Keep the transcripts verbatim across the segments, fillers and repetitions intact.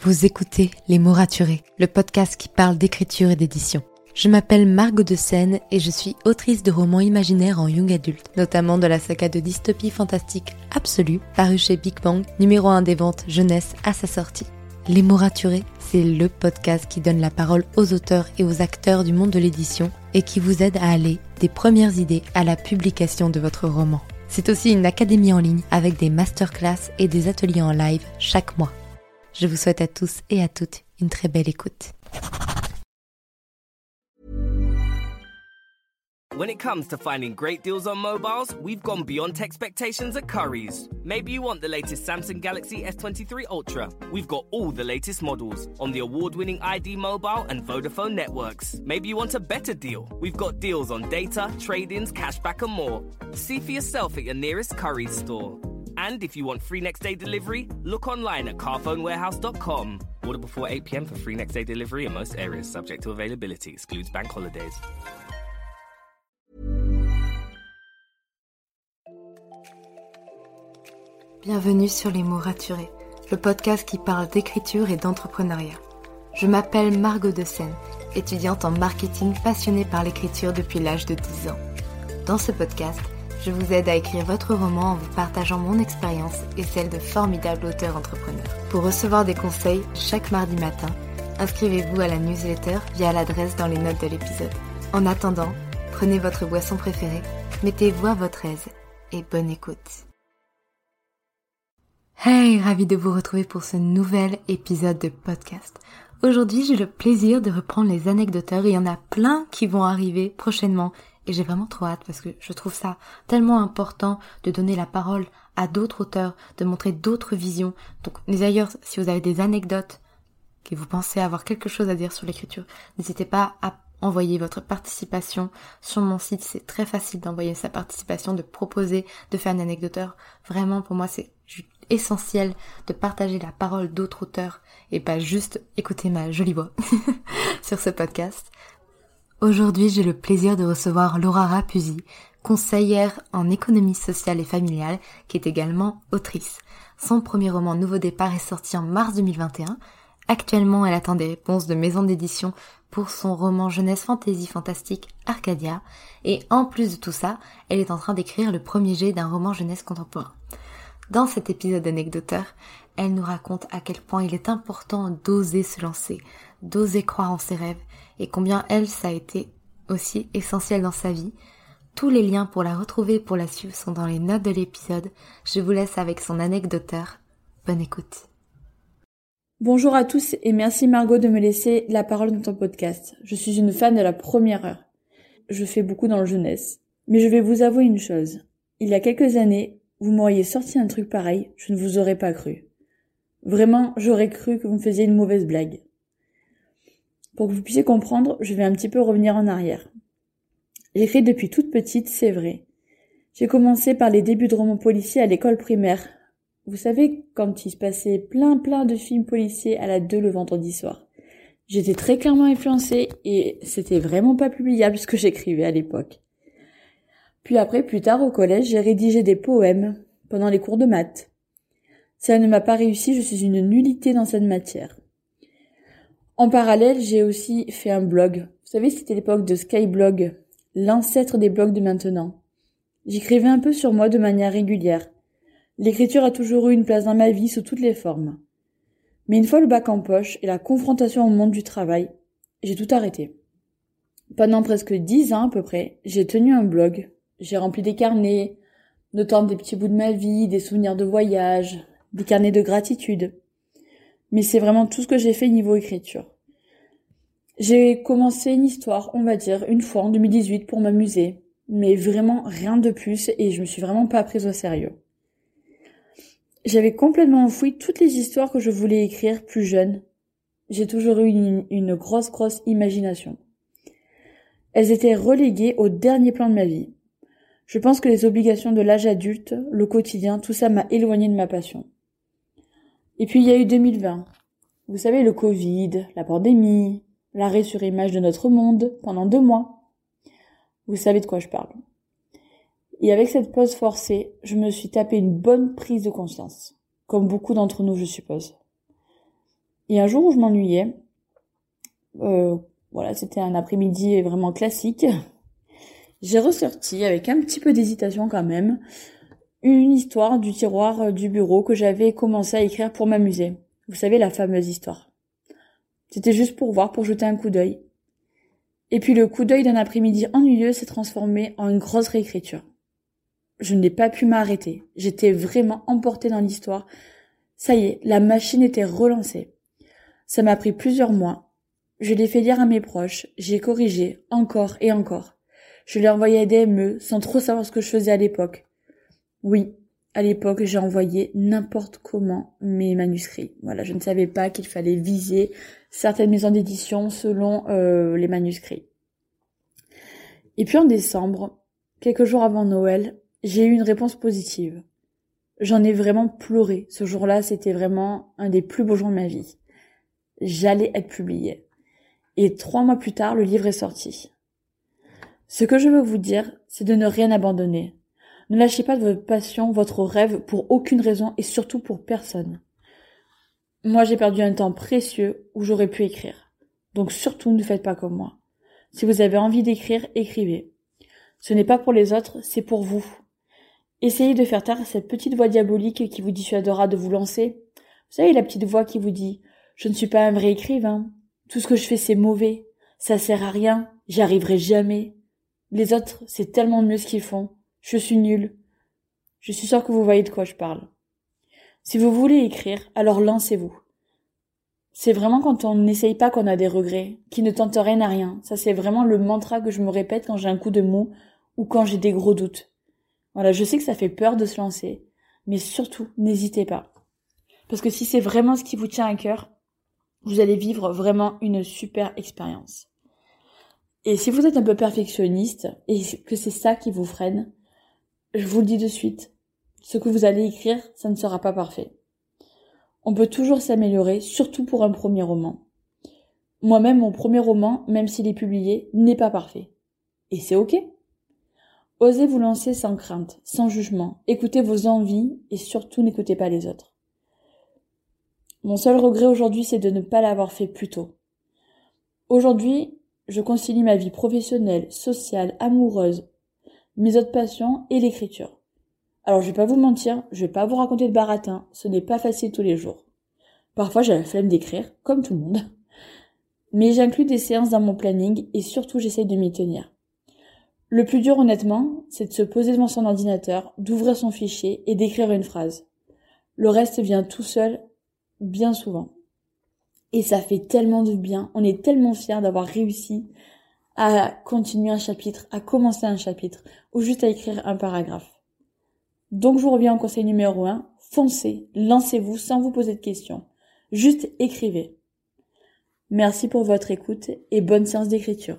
Vous écoutez Les Mots Raturés, le podcast qui parle d'écriture et d'édition. Je m'appelle Margot de Seine et je suis autrice de romans imaginaires en young adulte, notamment de la saga de dystopie fantastique Absolue, parue chez Big Bang, numéro un des ventes jeunesse à sa sortie. Les Mots Raturés, c'est le podcast qui donne la parole aux auteurs et aux acteurs du monde de l'édition et qui vous aide à aller des premières idées à la publication de votre roman. C'est aussi une académie en ligne avec des masterclass et des ateliers en live chaque mois. Je vous souhaite à tous et à toutes une très belle écoute. When it comes to finding great deals on mobiles, we've gone beyond expectations at Currys. Maybe you want the latest Samsung Galaxy S twenty-three Ultra. We've got all the latest models on the award-winning I D Mobile and Vodafone networks. Maybe you want a better deal. We've got deals on data, trade-ins, cashback and more. See for yourself at your nearest Currys store. And if you want free next day delivery, look online at carphone warehouse dot com. Order before eight p.m. for free next day delivery in most areas, subject to availability, excludes bank holidays. Bienvenue sur Les Mots Raturés, le podcast qui parle d'écriture et d'entrepreneuriat. Je m'appelle Margot de Seine, étudiante en marketing passionnée par l'écriture depuis l'âge de dix ans. Dans ce podcast, je vous aide à écrire votre roman en vous partageant mon expérience et celle de formidables auteurs entrepreneurs. Pour recevoir des conseils chaque mardi matin, inscrivez-vous à la newsletter via l'adresse dans les notes de l'épisode. En attendant, prenez votre boisson préférée, mettez-vous à votre aise et bonne écoute. Hey, ravi de vous retrouver pour ce nouvel épisode de podcast. Aujourd'hui, j'ai le plaisir de reprendre les anecdoteurs. Il y en a plein qui vont arriver prochainement et j'ai vraiment trop hâte parce que je trouve ça tellement important de donner la parole à d'autres auteurs, de montrer d'autres visions. Donc d'ailleurs, si vous avez des anecdotes, que vous pensez avoir quelque chose à dire sur l'écriture, n'hésitez pas à envoyer votre participation sur mon site. C'est très facile d'envoyer sa participation, de proposer, de faire un anecdoteur. Vraiment, pour moi, c'est essentiel de partager la parole d'autres auteurs et pas juste écouter ma jolie voix sur ce podcast. Aujourd'hui, j'ai le plaisir de recevoir Laura Rapuzzi, conseillère en économie sociale et familiale, qui est également autrice. Son premier roman Nouveau Départ est sorti en mars deux mille vingt et un. Actuellement, elle attend des réponses de maisons d'édition pour son roman jeunesse fantasy fantastique Arcadia. Et en plus de tout ça, elle est en train d'écrire le premier jet d'un roman jeunesse contemporain. Dans cet épisode anecdoteur, elle nous raconte à quel point il est important d'oser se lancer, d'oser croire en ses rêves, et combien elle, ça a été aussi essentiel dans sa vie. Tous les liens pour la retrouver et pour la suivre sont dans les notes de l'épisode. Je vous laisse avec son anecdoteur. Bonne écoute. Bonjour à tous et merci Margot de me laisser la parole dans ton podcast. Je suis une fan de la première heure. Je fais beaucoup dans le jeunesse. Mais je vais vous avouer une chose. Il y a quelques années, vous m'auriez sorti un truc pareil, je ne vous aurais pas cru. Vraiment, j'aurais cru que vous me faisiez une mauvaise blague. Pour que vous puissiez comprendre, je vais un petit peu revenir en arrière. J'écris depuis toute petite, c'est vrai. J'ai commencé par les débuts de romans policiers à l'école primaire. Vous savez, quand il se passait plein plein de films policiers à la deux le vendredi soir. J'étais très clairement influencée et c'était vraiment pas publiable ce que j'écrivais à l'époque. Puis après, plus tard au collège, j'ai rédigé des poèmes pendant les cours de maths. Ça ne m'a pas réussi, je suis une nullité dans cette matière. En parallèle, j'ai aussi fait un blog. Vous savez, c'était l'époque de Skyblog, l'ancêtre des blogs de maintenant. J'écrivais un peu sur moi de manière régulière. L'écriture a toujours eu une place dans ma vie sous toutes les formes. Mais une fois le bac en poche et la confrontation au monde du travail, j'ai tout arrêté. Pendant presque dix ans à peu près, j'ai tenu un blog. J'ai rempli des carnets, notant des petits bouts de ma vie, des souvenirs de voyage, des carnets de gratitude. Mais c'est vraiment tout ce que j'ai fait niveau écriture. J'ai commencé une histoire, on va dire, une fois en deux mille dix-huit pour m'amuser, mais vraiment rien de plus et je me suis vraiment pas prise au sérieux. J'avais complètement enfoui toutes les histoires que je voulais écrire plus jeune. J'ai toujours eu une, une grosse, grosse imagination. Elles étaient reléguées au dernier plan de ma vie. Je pense que les obligations de l'âge adulte, le quotidien, tout ça m'a éloignée de ma passion. Et puis il y a eu deux mille vingt. Vous savez, le Covid, la pandémie, l'arrêt sur image de notre monde pendant deux mois. Vous savez de quoi je parle. Et avec cette pause forcée, je me suis tapé une bonne prise de conscience. Comme beaucoup d'entre nous, je suppose. Et un jour où je m'ennuyais, euh, voilà, c'était un après-midi vraiment classique, j'ai ressorti, avec un petit peu d'hésitation quand même, une histoire du tiroir du bureau que j'avais commencé à écrire pour m'amuser. Vous savez, la fameuse histoire. C'était juste pour voir, pour jeter un coup d'œil. Et puis le coup d'œil d'un après-midi ennuyeux s'est transformé en une grosse réécriture. Je n'ai pas pu m'arrêter. J'étais vraiment emportée dans l'histoire. Ça y est, la machine était relancée. Ça m'a pris plusieurs mois. Je l'ai fait lire à mes proches. J'ai corrigé encore et encore. Je lui ai envoyé des M E sans trop savoir ce que je faisais à l'époque. Oui, à l'époque, j'ai envoyé n'importe comment mes manuscrits. Voilà, je ne savais pas qu'il fallait viser certaines maisons d'édition selon euh, les manuscrits. Et puis en décembre, quelques jours avant Noël, j'ai eu une réponse positive. J'en ai vraiment pleuré. Ce jour-là, c'était vraiment un des plus beaux jours de ma vie. J'allais être publiée. Et trois mois plus tard, le livre est sorti. Ce que je veux vous dire, c'est de ne rien abandonner. Ne lâchez pas de votre passion, votre rêve, pour aucune raison et surtout pour personne. Moi, j'ai perdu un temps précieux où j'aurais pu écrire. Donc surtout, ne faites pas comme moi. Si vous avez envie d'écrire, écrivez. Ce n'est pas pour les autres, c'est pour vous. Essayez de faire taire cette petite voix diabolique qui vous dissuadera de vous lancer. Vous savez, la petite voix qui vous dit « Je ne suis pas un vrai écrivain. Tout ce que je fais, c'est mauvais. Ça sert à rien. J'y arriverai jamais. Les autres, c'est tellement mieux ce qu'ils font. Je suis nulle. » Je suis sûre que vous voyez de quoi je parle. Si vous voulez écrire, alors lancez-vous. C'est vraiment quand on n'essaye pas qu'on a des regrets, qui ne tentent rien à rien. Ça, c'est vraiment le mantra que je me répète quand j'ai un coup de mou ou quand j'ai des gros doutes. Voilà, je sais que ça fait peur de se lancer, mais surtout, n'hésitez pas. Parce que si c'est vraiment ce qui vous tient à cœur, vous allez vivre vraiment une super expérience. Et si vous êtes un peu perfectionniste, et que c'est ça qui vous freine, je vous le dis de suite, ce que vous allez écrire, ça ne sera pas parfait. On peut toujours s'améliorer, surtout pour un premier roman. Moi-même, mon premier roman, même s'il est publié, n'est pas parfait. Et c'est ok. Osez vous lancer sans crainte, sans jugement, écoutez vos envies et surtout n'écoutez pas les autres. Mon seul regret aujourd'hui, c'est de ne pas l'avoir fait plus tôt. Aujourd'hui, je concilie ma vie professionnelle, sociale, amoureuse, mes autres passions et l'écriture. Alors je vais pas vous mentir, je vais pas vous raconter de baratin, ce n'est pas facile tous les jours. Parfois j'ai la flemme d'écrire, comme tout le monde. Mais j'inclus des séances dans mon planning et surtout j'essaye de m'y tenir. Le plus dur honnêtement, c'est de se poser devant son ordinateur, d'ouvrir son fichier et d'écrire une phrase. Le reste vient tout seul, bien souvent. Et ça fait tellement de bien, on est tellement fiers d'avoir réussi à continuer un chapitre, à commencer un chapitre, ou juste à écrire un paragraphe. Donc je vous reviens au conseil numéro un, foncez, lancez-vous sans vous poser de questions. Juste écrivez. Merci pour votre écoute et bonne séance d'écriture.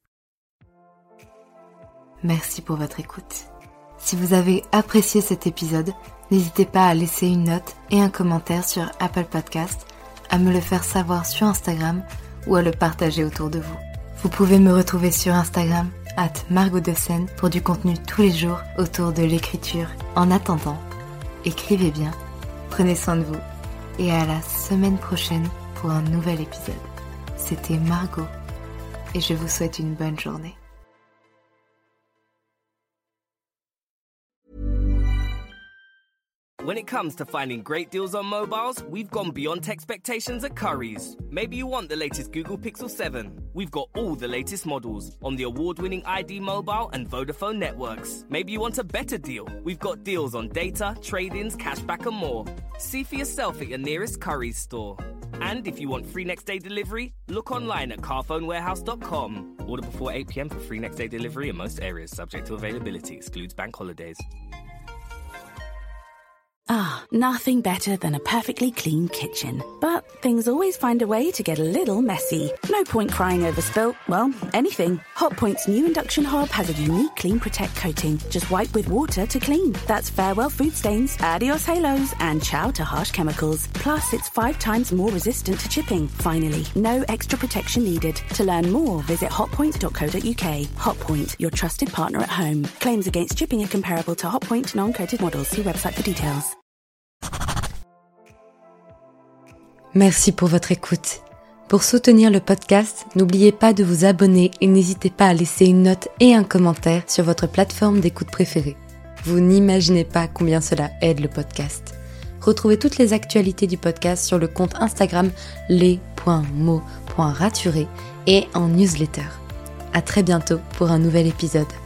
Merci pour votre écoute. Si vous avez apprécié cet épisode, n'hésitez pas à laisser une note et un commentaire sur Apple Podcast, à me le faire savoir sur Instagram ou à le partager autour de vous. Vous pouvez me retrouver sur Instagram arobase margot de seine pour du contenu tous les jours autour de l'écriture. En attendant, écrivez bien, prenez soin de vous et à la semaine prochaine pour un nouvel épisode. C'était Margot et je vous souhaite une bonne journée. When it comes to finding great deals on mobiles, we've gone beyond expectations at Currys. Maybe you want the latest Google Pixel seven. We've got all the latest models on the award-winning I D Mobile and Vodafone networks. Maybe you want a better deal. We've got deals on data, trade-ins, cashback and more. See for yourself at your nearest Currys store. And if you want free next day delivery, look online at carphone warehouse dot com. Order before eight p.m. for free next day delivery in most areas, subject to availability, excludes bank holidays. Ah, nothing better than a perfectly clean kitchen. But things always find a way to get a little messy. No point crying over spilt, well, anything. Hotpoint's new induction hob has a unique Clean Protect coating. Just wipe with water to clean. That's farewell food stains, adios halos, and ciao to harsh chemicals. Plus, it's five times more resistant to chipping. Finally, no extra protection needed. To learn more, visit hotpoint dot co dot uk. Hotpoint, your trusted partner at home. Claims against chipping are comparable to Hotpoint non-coated models. See website for details. Merci pour votre écoute. Pour soutenir le podcast, n'oubliez pas de vous abonner et n'hésitez pas à laisser une note et un commentaire sur votre plateforme d'écoute préférée. Vous n'imaginez pas combien cela aide le podcast. Retrouvez toutes les actualités du podcast sur le compte Instagram les point mots point raturés et en newsletter. À très bientôt pour un nouvel épisode.